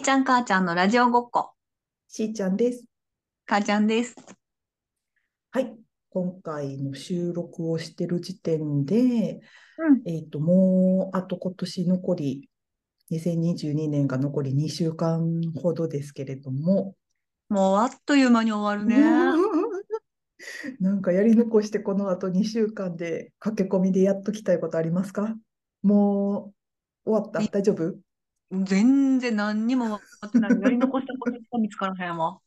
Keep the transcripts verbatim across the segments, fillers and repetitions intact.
ちゃん母ちゃんのラジオごっこ。 しーちゃんです。 母ちゃんです。 はい。今回の収録をしてる時点で、 うん。 えっと、もう、あと今年残り、にせんにじゅうにねんが残りにしゅうかんほどですけれども、 もうあっという間に終わるね。 なんかやり残してこのあとにしゅうかんで駆け込みでやっときたいことありますか？もう終わったい大丈夫？ 全然何にも終わってない。やり残したことしか見つからへんわ。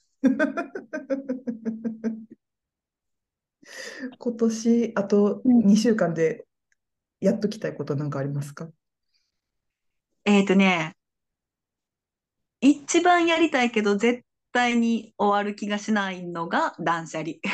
今年あとうん。 にしゅうかんでやっときたいことなんかありますか？ えっとね、一番やりたいけど絶対に終わる気がしないのが断捨離。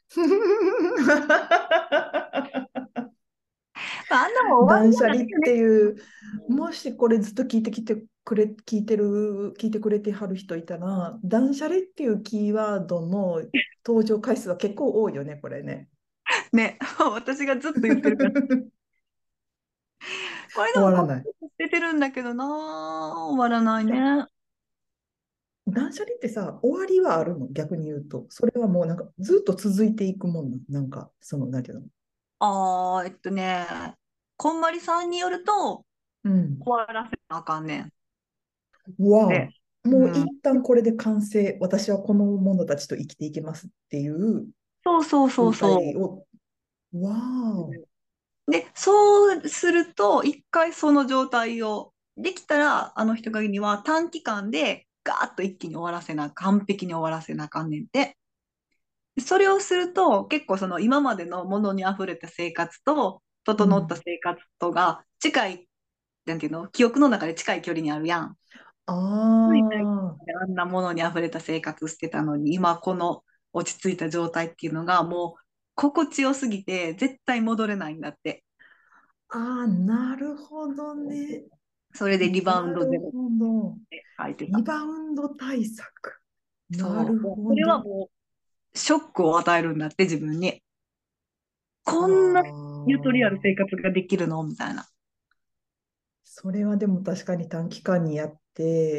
あんなもん終わり断捨離っがないよね。 ていう、もしこれずっと聞いてきてくれ、聞いてる、聞いてくれてはる人いたら、断捨離っていうキーワードの登場回数は結構多いよね、これね。 ね、私がずっと言ってるから。これでもこ終わらない。 う出てるんだけどな、終わらないいや、 ね。 断捨離ってさ、終わりはあるの、逆に言うと。それはもうなんかずっと続いていくもんなの。なんか、その、なんていうの。 あー、えっとね、こんまりさんによると、 うん。 終わらせなあかんねん。で、 わお。もう一うん。 旦これで完成。私はこの者たちと生きていけますっていうそうそうそう状そ態を。わお。 う。で、そうすると、一回その状態を、できたら、あの人が言うには短期間でガーッと一気に終わらせな、完璧に終わらせなあかんねんて。それをすると、結構その今までのものに溢れた生活と、整ったうん。 生活とが近い、なんていうの、記憶の中で近い距離にあるやん。 あつい最近あ、 まであんなものに溢れた生活してたのに、今この落ち着いた状態っていうのがもう心地よすぎて絶対戻れないんだって。 ああ、なるほどね。 それでリバウンなるドゼロっほど。 て書いてた。 リバウンド対策。なそう。 るもうそれはほど。 もうショックを与えるんだって自分に。 あこんなゆとりあるあ、 生活ができるのみたいな。 それはでも確かに短期間にやって、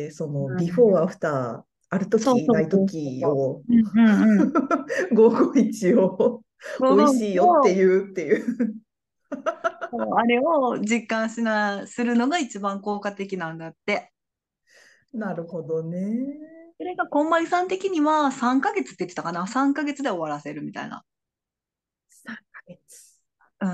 そのうん。 ビフォーアフター、あるそう時、ないそうそうそ時を、 う。うんうんうん。 ごーごいちを美味ご存知しいよってを、 いうっていう。 そうあれを実感しな、するのが一番効果的なんだって。 なるほどね。 それがこんまりさん的にはさんかげつって言ってたかな？ さん ヶ月で終わらせるみたいな。 さんかげつ。 うん。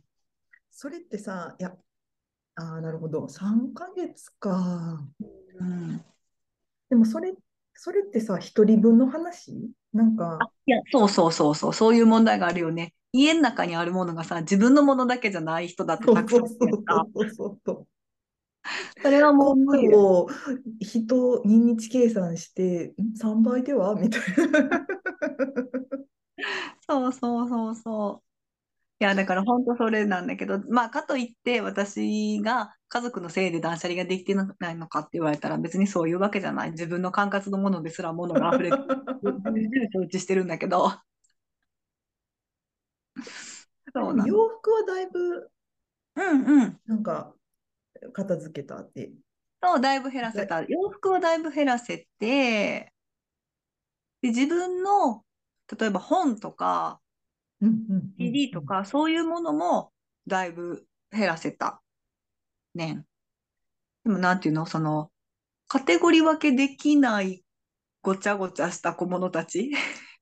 それってさ、いや、ああ、なるほど。さんかげつか。 うん。 でもそれ、それってさ、一人分の話なんあ、 か、 いや、そうそうそうそう、そういう問題があるよね。家の中にあるものがさ、自分のものだけじゃない人だってそうそうたくさんいるやんそうか。 そうそうそう。 それはもこう無理だよ。 れを人、日にち計算して、ん さん 倍ではみたいな。 そうそうそうそう。いや、だから本当それなんだけど、まあ、かといって私が家族のせいで断捨離ができてないのかって言われたら別にそういうわけじゃない。自分の管轄のものですらものが溢れてる。重々承知してるんだけど。 あ、でも洋そうなの。 服はだいぶ、 うんうん。 なんか、片付けたって。 そう、だいぶ減らせだた。洋服はだいぶ減らせて、で、自分の、例えば本とかうんうんうんシーディーうん。 とか、そういうものもだいぶ減らせたねん。でも、なんていうの、その、カテゴリー分けできないごちゃごちゃした小物たち。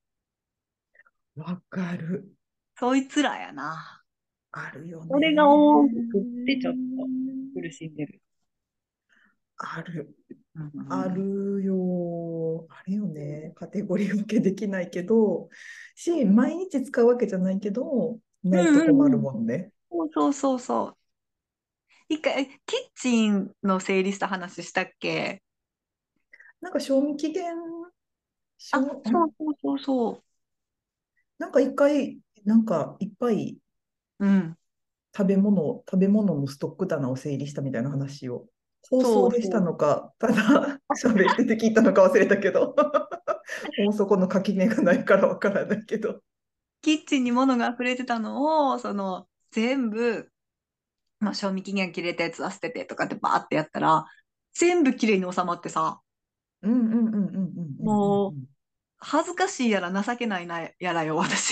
わかる。 そいつらやな。 あるよそれが大ね。 きくってちょっと苦しんでる。 ある。 うんうあん。 るよ。あるよね。カテゴリー分けできないけど、し、毎日使うわけじゃないけど、ないと困るうんうん。 もんね。 そうそうそうそう。一回、キッチンの整理した話したっけ？ なんか賞味期限、賞、 あ、そうんそうそうそなんか一回、なんかいっぱいう。うん。 食べ物、食べ物のストック棚を整理したみたいな話を放送でしたそうそう。 のか、ただ喋ってて聞いたのか忘れたけど、もうそこの垣根がないからわからないけど。 キッチンに物が溢れてたのを、その、全部、まあ、賞味期限切れたやつは捨ててとかってバーってやったら、 全部綺麗に収まってさ、 うんうんうんうんうんうんうんもう、 うん。 恥ずかしいやら情けないなやらよ、私。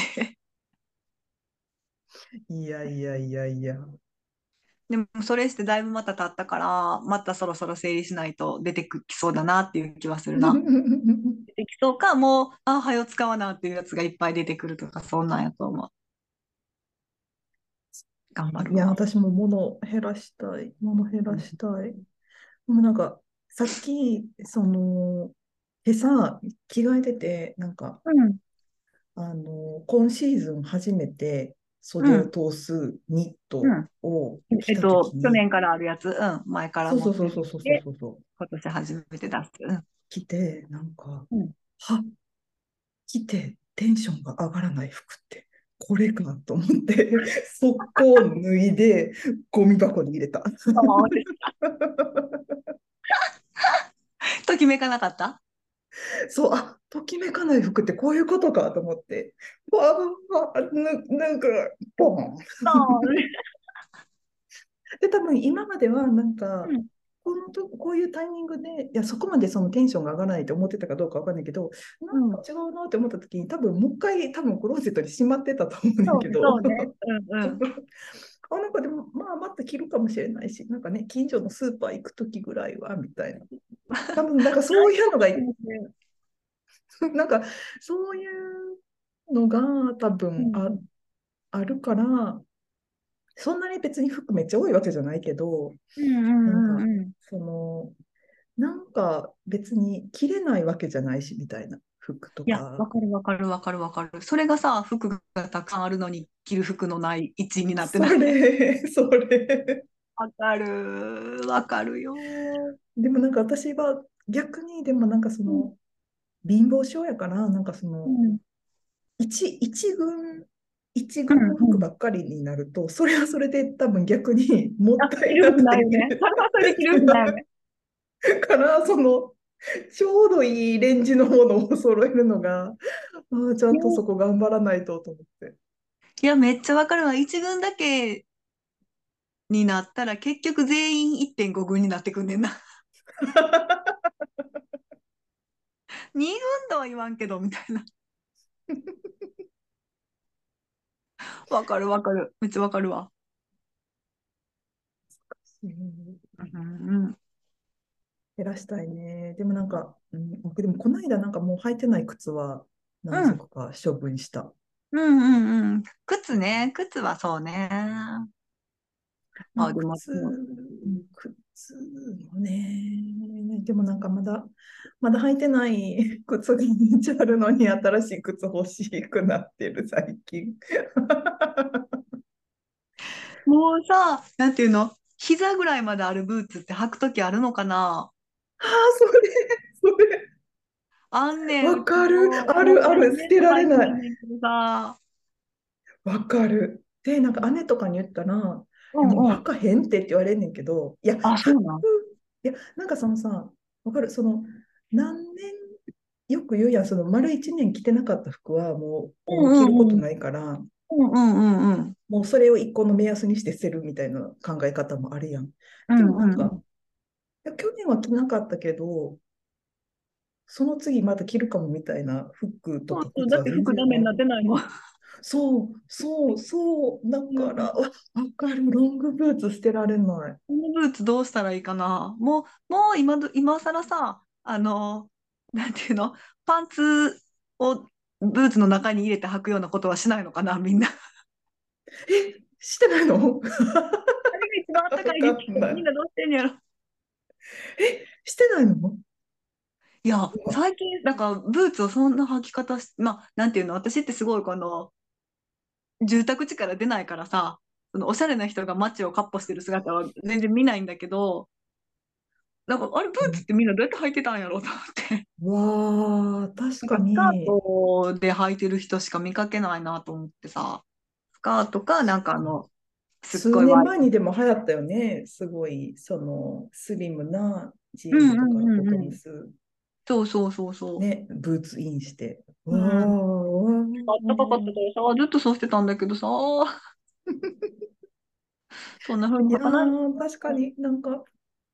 いやいやいやいや。 でも、それしてだいぶまた経ったから、またそろそろ整理しないと出てきそうだなっていう気はするな。出てきそうか、もう、あ、はよ使わなっていうやつがいっぱい出てくるとか、そんなんやと思う。頑張いや、 るわ。 私も物減らしたい。物減らしたい。でもなんか、さっき、その、今朝、着替えてて、なんか、 うん、 あの、今シーズン初めてうん、 袖を通すニットうん。 を着たとえっと、 きに、 去年からあるやつ、うん、前からそうそうそ持ってうそうそうそうて、 そうそう、 今年初めて出す。うん。 着て、なんか、 うん。 は、着てテンションが上がらない服って、これかと思って、速攻脱いで、ゴミ箱に入れた。 そうです。ときめかなかった？ そう、あ、ときめかない服ってこういうことかと思って、わあ、ぬ、なんか、ボン。 そうね。 で、多分今まではなんか、 うん、 このと、こういうタイミングで、いや、そこまでそのテンションが上がらないと思ってたかどうかわかんないけど、なんかうん。 違うなって思った時に、多分もう一回、多分クローゼットにしまってたと思うねんそうね、 けど、 そうね。うん、うん。 あ、なんかでも、まあ、また着るかもしれないし、なんかね、近所のスーパー行く時ぐらいは、みたいな。多分、なんかそういうのが、なんかそういうのが多分あ、 うん、 あるから、そんなに別に服めっちゃ多いわけじゃないけど、 うん、うん、 なんか、 うん。うん。 その、なんか別に着れないわけじゃないし、みたいな服といや、わか。 かるわかるわかるわかる。それがさ、服がたくさんあるのに着る服のない一位になってそない？ れ、それ。 わかる。わかるよ。 でもなんか私は逆に、でもなんかそうん、 の、貧乏症やから、なんかその、 うん、 一、一軍、一うん、 軍の服うん。 ばっかりになると、それはそれで多分逆にもっあ、 たい着るなくて服ないよね。 着れなそれはそれで着る服ないよいね。 から、その、ちょうどいいレンジのものを揃えるのが、あーちゃんとそこ頑張らないとと思って。 いや、めっちゃわかるわ。一軍だけになったら結局全員いってんご軍になってくんねんな。に軍とは言わんけど、みたいな。わかるわかる。めっちゃわかるわ。 うん、 うん、 減らしたいね。でもなんか、うん、僕でもこの間なんかもう履いてない靴は何うん、 足か処分した。 うん、うん、うん。靴ね。靴はそうね。あ、 まあ、 でも、 靴、 うん、 靴もね、でもなんかまだ、まだ履いてない靴がめっちゃあるのに新しい靴欲しくなってる最近。 もうさ、なんていうの、膝ぐらいまであるブーツって履くときあるのかな？ ああ、それ、それ、 あんねん、うちわかる、 も。 あるある、 もう何捨て年も履いてられない。 へんねんけどさ。 わかる。で、なんか姉とかに言ったら、 ういやもうんうん。 履かへんってって言われんねんけど、いや、履あ、そうく、 なん。 いや、なんかそのさ、わかる、その、何年、よく言うやん、その丸一年着てなかった服はもうう今後着ることんうんうん。 ないから、 うんうんうんうん。 もうそれを一個の目安にして捨てるみたいな考え方もあるやん。でうんもなんか、 うんうん。 いや去年は着なかったけど、その次また着るかもみたいな服とかそうそう。だって靴は全服ダメになっ然ある。 てないもん。 そう、そう、そう。だうん。 から、わ、わかる。ロングブーツ捨てられない。 このブーツどうしたらいいかな。もう、もう今ど、今更さ、あの、なんていうの、パンツをブーツの中に入れて履くようなことはしないのかな、みんな。 え、してないの？ あれが一番あったかわいですけど、 かんない。 みんなどうしてんのやろ。 え、してないの？ いや、 うわ、 最近、なんか、ブーツをそんな履き方し、まあ、なんていうの、私ってすごい、この、住宅地から出ないからさ、そのおしゃれな人が街を闊歩してる姿は全然見ないんだけど、なんか、あれ、ブーツってみんなどうやって履いてたんやろうと思って。 わあ、確かなんか、スカーに。 トで履いてる人しか見かけないなと思ってさ、スカートか、なんかあの、すっ数ごいワイド。 年前にでも流行ったよね。すごい、その、スリムなジうんーンズとかうんボトうんうん。 ムス、 そうそうそうそね、ブーツインして。わう。 あ、 うん。 わあったかかったかあ。 らさ、ずっとそうしてたんだけどさ、そんな風にいや履かないのかー、確かな。 になんか、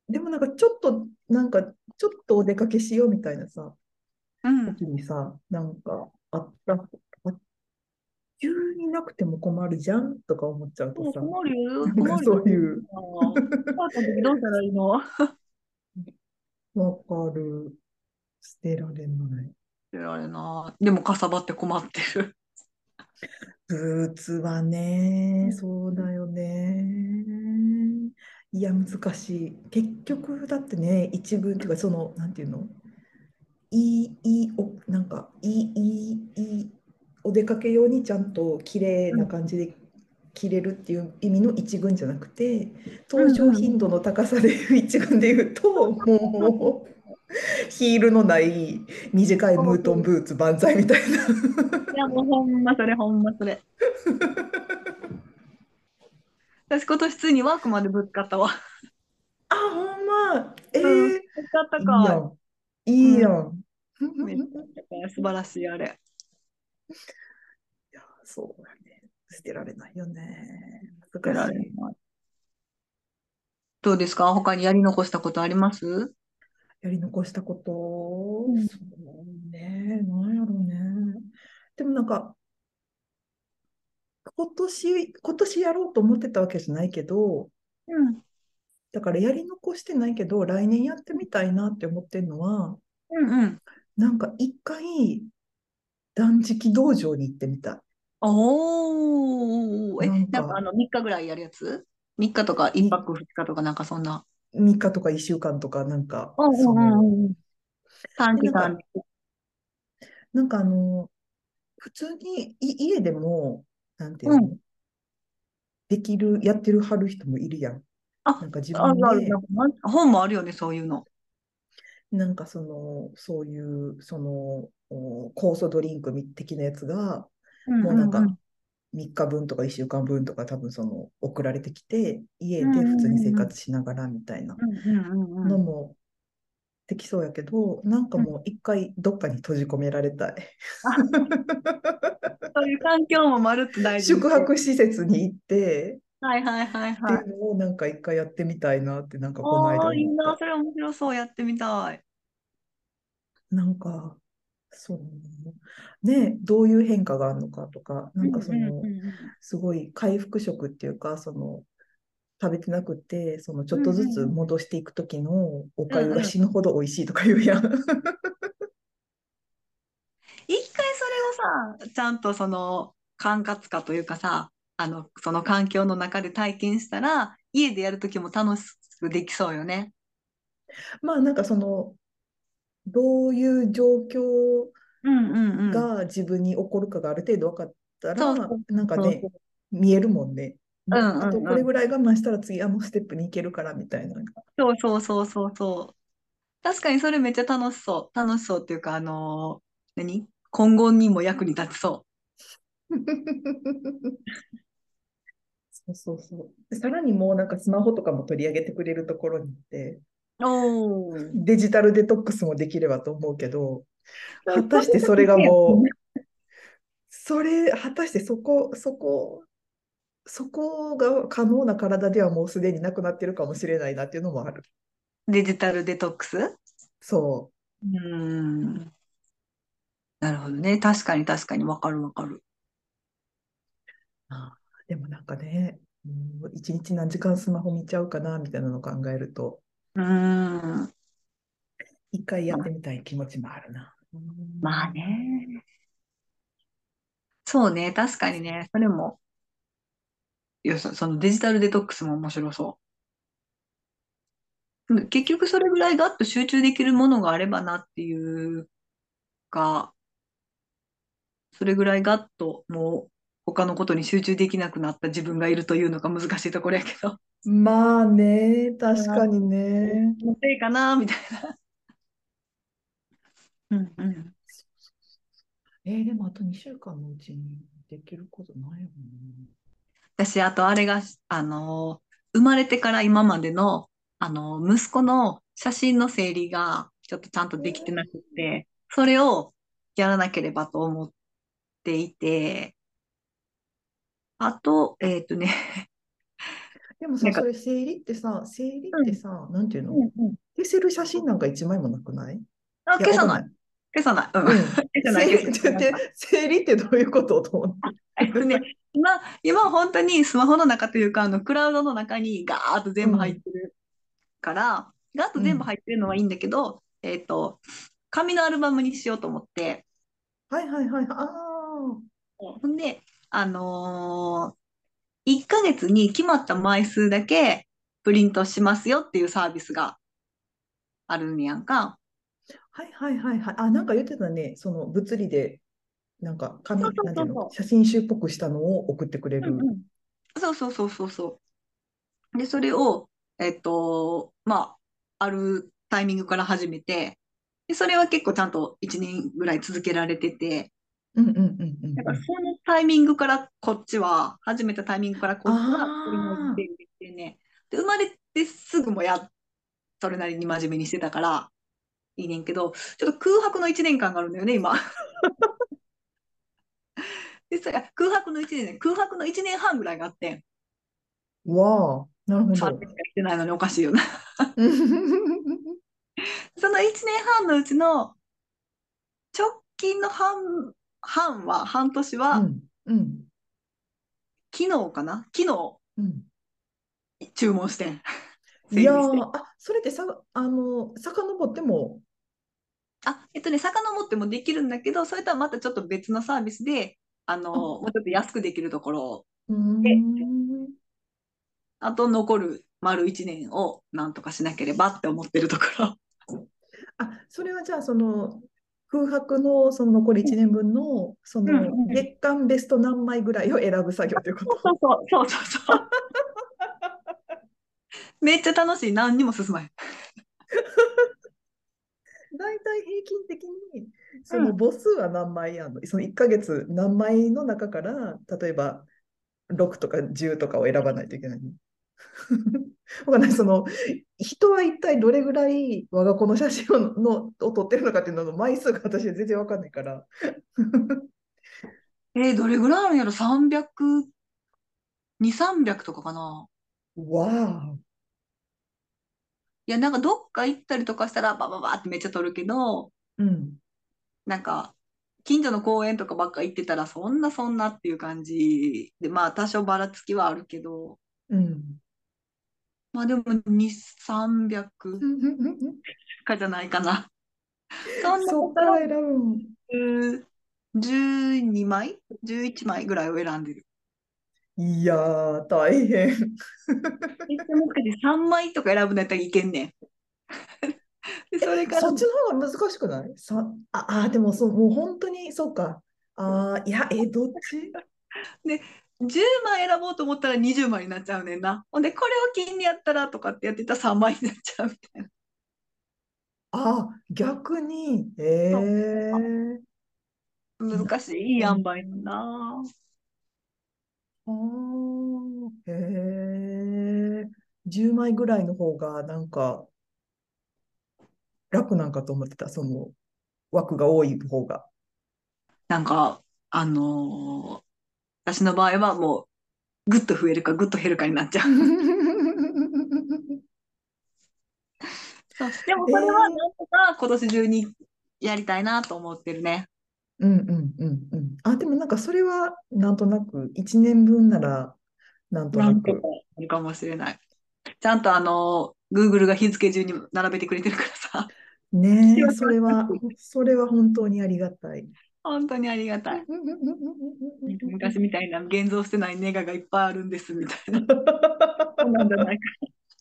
でもなんかちょっと、なんかちょっとお出かけしようみたいなさ、 うん。 時にさ、なんかあった、あ急になくても困るじゃんとか思っちゃうともうさ、 困るよ、 なんか困るよ。 そういう、 ああ、スタートの時どうしたらいいの？ わかる、捨てられない。 捨てられない。でもかさばって困ってる。 ブーツはね、 うん。 そうだよね。いや、難しい。結局、だってね、一軍っていうか、その、なんていうの、いい、いい、お、なんか、いい、いい、いい、お出かけ用にちゃんと綺麗うん。 な感じで着れるっていう意味の一軍じゃなくて、登うん場頻度うんうん。 の高さでいう一軍で言うと、もう、ヒールのない短いムートンそうそう。 ブーツ万歳みたいな。 いや、もうほんまそれ、ほんまそれ。私今年ついにワークまでぶつかったわ。 あ、ほんま。えうん。 ー、 めっちゃあったかい。 いいやん。いいうん。 やん。 めっちゃあったかい。素晴らしい、あれ。 いや、そうだね。捨てられないよね。 捨て難しい。 られない。どうですか？他にやり残したことあります？ やり残したこうん。 と、そうね、なんやろうね。でもなんか、今年、今年やろうと思ってたわけじゃないけど、 うん。 だからやり残してないけど、来年やってみたいなって思ってるのは、 うんうん。 なんか一回断食道場に行ってみたい。 おー。え、 なんか、 なんかあの、みっかぐらいやるやつ？ みっ 日とかいっぱくふつかとかなんかそんな。 みっかとかいっしゅうかんとか、なんか、 うんうその、 んうんうん。短で、なんか、 期間で。 なんかあの、普通にい家でも、なんていううん。 の、できる、やってるはる人もいるやん。 あ、 なんか自あるある。な分で、 んかなん本もあるよね、そういうの。 なんかその、そういう、その、お酵素ドリンク的なやつが、 うんもうなんかうんうん。 みっかぶんとかいっしゅうかんぶんとか多分その送られてきて、家うんうで普通に生んうんうん。 活しながらみたいなうんうんうんうん。 のもできそうやけど、なんかうん。 もう一回どっかに閉じ込められたい。 あ、そういう環境もまるっと大事にして。 宿泊施設に行って、 はいはいはいっていはい。 うのをなんか一回やってみたいなってなんかこの間おー、いいな。 思った。 それ面白そう。やってみたい。 なんか、そうね、どういう変化があるのかとか、なんかうんうんうその、 んすごい回復食っていうか、その、食べてなくて、そのちょうん。 っとずつうんうんうん。 戻していく時のおかゆがうんうん。 死ぬほど美味しいとか言うやん。 一回それをさ、ちゃんとその、管轄化というかさ、あの、その環境の中で体験したら、家でやるときも楽しくできそうよね。 まあなんかその、どういう状況うんうんうん。 が自分に起こるかがある程度分かったら、 そうそうなんかね、 そうそう。 見えるもんね。 うんあとうんうん。 これぐらい我慢したら次あのステップに行けるからみたいな。 そうそうそうそうそう。確かにそれめっちゃ楽しそう。楽しそうっていうか、あのー何今後にも役に立ちそそうそうそう。でさらにもうなんかスマホとかも取り上げてくれるところに行って、 う。おー。 デジタルデトックスもできればと思うけど、 それ、 果たしてそれが時々やん。 もう、それ、果たしてそこ、そこ、そこが可能な体ではもうすでになくなってるかもしれないなっていうのもある。 デジタルデトックス。うそーん。なるほどね。確かに確かにわかるわかる。 う。あでもなんかね、うん、一日何時間スマホ見ちゃうかなみたいなのを考えると、 うーん。 一回やってみたい気持ちもあるな。うまあん。 ね。そうね。確かにね。それも、いや、そそのデジタルデトックスも面白そう。結局それぐらいガッと集中できるものがあればなっていうか、それぐらいガッともう他のことに集中できなくなった自分がいるというのが難しいところやけど。 まあね、 うん。 確かにね。 気のせいかなみたいな。うんうん。 えーでもあとにしゅうかんのうちにできることないよね。 私、あとあれが、あの、生まれてから今までの、あの、息子の写真の整理がちょっとちゃんとできてなくて、それをやらなければと思っていて、あと、えっとね、 でもさ、 なんか、 それ整理ってさ、整理っうん、 てさ、なんていうの？ うん、うん。 消せる写真なんか一枚もなくない？いあ、 や、 消さない。 わかんない。 消さない。うん。 うん。 消さない、 整消さない。 理って言って、整理ってどういうことと思って。 えっとね、今、今本当にスマホの中というか、あの、クラウドの中にガーッと全部入っうん。 てるから、ガーッと全部うん。 入ってるのはいいんだけど、えっと、紙のアルバムにしようと思って、 はいはいはい。ああ。 ほんで、あのー、いっかげつに決まった枚数だけプリントしますよっていうサービスがあるんやんか。 はいはいはいはい。あ、なんか言ってたね。その物理で、なんかそう紙、なんていうの、 そうそうそ写真集っぽくしたのを送ってくれう。うんる。 うん。そうそうそうそうそう。で、それを、えっと、まあ、あるタイミングから始めて、で、それは結構ちゃんといちねんぐらい続けられてて、 うんうんうんうんうん。 だからそのタイミングからこっちは、始めたタイミングからこっちは、それなりにああ。 整理できてね。で、生まれてすぐもや、それなりに真面目にしてたから、いいねんけど、ちょっと空白のいちねんかんがあるんだよね、今。で、それ空白のいちねん、空白のいちねんはんぐらいがあってん。 わあ。なるほさんど。 ねんしかしてないのにおかしいよな。 うんそのいちねんはんのうちの直近の半、半は、半年は、 うんうん昨日かな昨日うん。 注文してん。 いやー、 整理して。 あ、それってさ、あの、遡っても、 あ、えっとね、遡ってもできるんだけど、それとはまたちょっと別のサービスで、あの、 あ、 もうちょっと安くできるところうーで、 ん。 あと残る丸いちねんをなんとかしなければって思ってるところ。 あ、それはじゃあ、その、空白のその残りいちねんぶんの、そうんの、 うん。 月間ベスト何枚ぐらいを選ぶ作業というこそうそうと？ そう、そうそうそう。めっちゃ楽しい。何にも進まへん。 大体平均的に、そうん。 の母数は何枚あるの？そのいっかげつ何枚の中から、例えばろくとかじゅうとかを選ばないといけないの？わかんない。その、人は一体どれぐらい我が子の写真をのを撮ってるのかっていうのの枚数が私は全然わかんないから。 えーどれぐらいあるんやろ？ さんびゃく、に、さんびゃくとかかな。 わあ。 いや、なんかどっか行ったりとかしたら、バババってめっちゃ撮るけど、 うん。 なんか、近所の公園とかばっか行ってたら、そんなそんなっていう感じで、まあ、多少ばらつきはあるけど、 うん。 まあでもに、さんびゃくかじゃないかな。そんなそっからところ、 選ぶん。 じゅうにまい？ じゅういち 枚ぐらいを選んでる。 いやー、大変。 めっちゃ難しい。さんまいとか選ぶんだったらいけんねん。で、それから、 そっちの方が難しくない？さ、あ、あ、でもそう、もう本当にそうか。あー、いや、え、どっち？ で、じゅうまい選ぼうと思ったらにじゅうまいになっちゃうねんな。ほんで、これを金にやったらとかってやってたらさんまいになっちゃうみたいな。 あ、逆に。えそうー、な難しい、いい塩るほど。 梅だな。 あー、へえ。じゅうまいぐらいの方がなんか楽なんかと思ってた。その枠が多い方が。 なんか、あのー私の場合はもう、ぐっと増えるかぐっと減るかになっちゃう。そう。でも、 えそれはー、 なんとか今年中にやりたいなと思ってるね。 うんうんうんうん。あ、でもなんかそれはなんとなくいちねんぶんならなんとなんとかなく。 あるかもしれない。ちゃんとあの、Google が日付順に並べてくれてるからさ、仕ねえ、 分けはしそれは、 なくていい。 それは本当にありがたい。 本当にありがたい。なんか昔みたいな現像してないネガがいっぱいあるんですみたいな。そうなんじゃないか。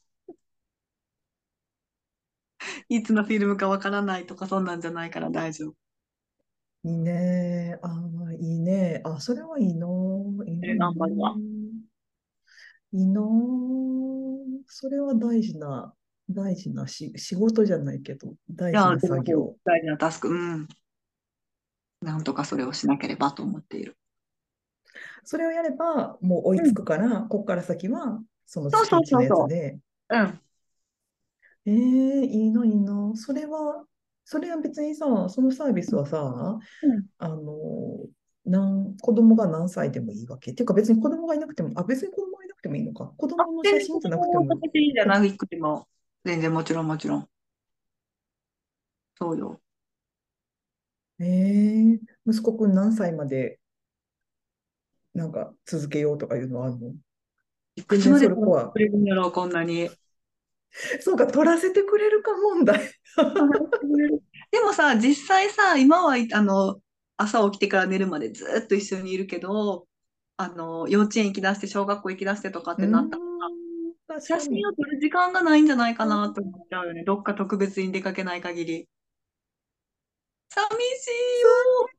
いつのフィルムかわからないとか、そんなんじゃないから大丈夫。 いいね。ああ、いいね。あ、それはいいの。いいえーの、いい頑張るわ。 の。いいの。それは大事な、大事なし、仕事じゃないけど、 いや、 大事なそうそう、 作業。 大事なタスク。うん。なんとかそれをしなければと思っている。 それをやれば、もう追いつうん。 くから、こっから先は、そのそうそう月いちのやつそうそで、 う。うん。 えー、いいの、いいの。それは、それは別にさ、そのサービスはさ、 うん。 あの、なん子供が何歳でもいいわけっていうか別に子供がいなくても、あ、別に子供がいなくててもいいのか。子あ、 供の全然子写真じゃなくて供のも。 形じゃあ、 なくても、全然もちろんもちろん。そうよ。 えー、息子くん何歳までなんか続けようとかいうのはあるの？ いく全然つまで撮らせてそれこは。 くれるんやろう、こんなに。 そうか、取らせてくれるか問題。 でもさ、実際さ、今は、あの、朝起きてから寝るまでずっと一緒にいるけど、あの、幼稚園行き出して、小学校行き出してとかっうーてなったら、 ん、確写かに。 真を撮る時間がないんじゃないかなとあ思っちゃうよね。どっか特別に出かけない限り。寂しいそよ、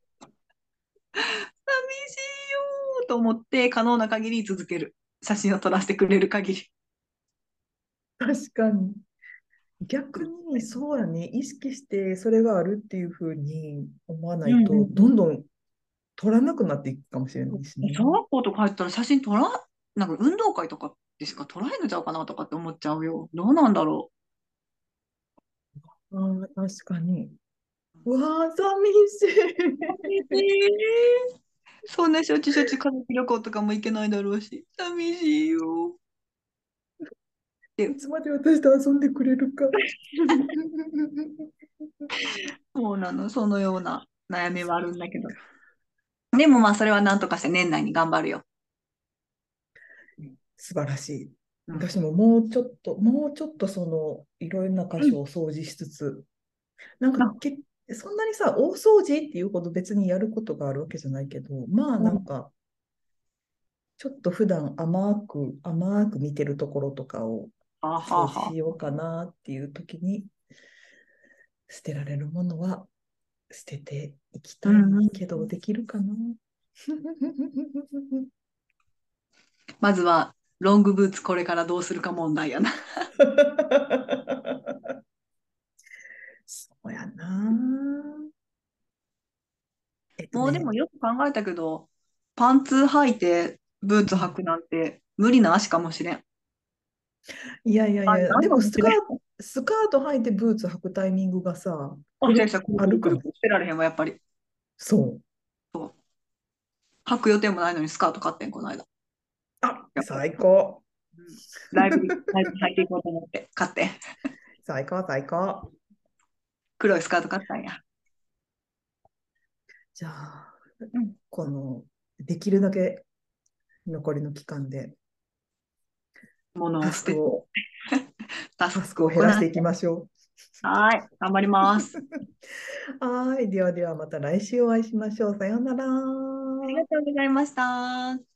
寂しいよと思って、可能な限り続ける。写真を撮らせてくれる限り。 う、確かに。逆に、そうやね、意識してそれがあるっていうふうに思わなうんうんいと、 うん。 どんどん取らなくなっていくかもしれないしね。 小学校とか入ったら写真撮ら、なんか運動会とかでしか撮らへんのちゃうかなとかって思っちゃうよ。どうなんだろああ、確かに。うわあ、寂しう。 い。 えーそんなしょっちゅうしょっちゅう家族旅行とかも行けないだろうし、寂しいよ。で、 いつまで私と遊んでくれるか。 そうなの、そのような悩みはあるんだけど。でもまあ、それはなんとかして年内に頑張るよ。 素晴らしい。 うん。 私ももうちょっと、もうちょっとその、いろんな箇うん。 所を掃除しつつ、なんかあ、 け、そんなにさ、大掃除っていうほど別にやることがあるわけじゃないけど、まあうん。 なんか、ちょっと普段甘く、甘く見てるところとかをはあは掃除あはあ。 しようかなっていう時に、捨てられるものは捨てていきたいうんうん。 けど、できるかな？ まずは、ロングブーツこれからどうするか問題やな。 そうやな。えっともうでもね、 よく考えたけど、パンツ履いてブーうん、 ツ履くなんて無理な足かもしれん。 いやいやいあ、 や、 なんでもスカー、 かもしれん。 スカート履いてブーツ履くタイミングがさ、 あ、 来る、 先生、くるあるかも。 くるくるくる。捨てられへんわ、やっぱり。 そう。 そう。履く予定もないのにスカート買ってん、この間。 あ、 やっぱり。 最高。 うん。ライブに、ライブに履いていこうと思って買ってん。 最高、最高。 黒いスカート買ったんや。 じゃあ、 うん。 この、できるだけ残りの期間でタ物を捨てて、 スクを、 タスタスククをこなして。 を減らしていきましょはい。頑張ります。 う。はい。ではではまた来週お会いしましょう。さようなら。 ありがとうございました。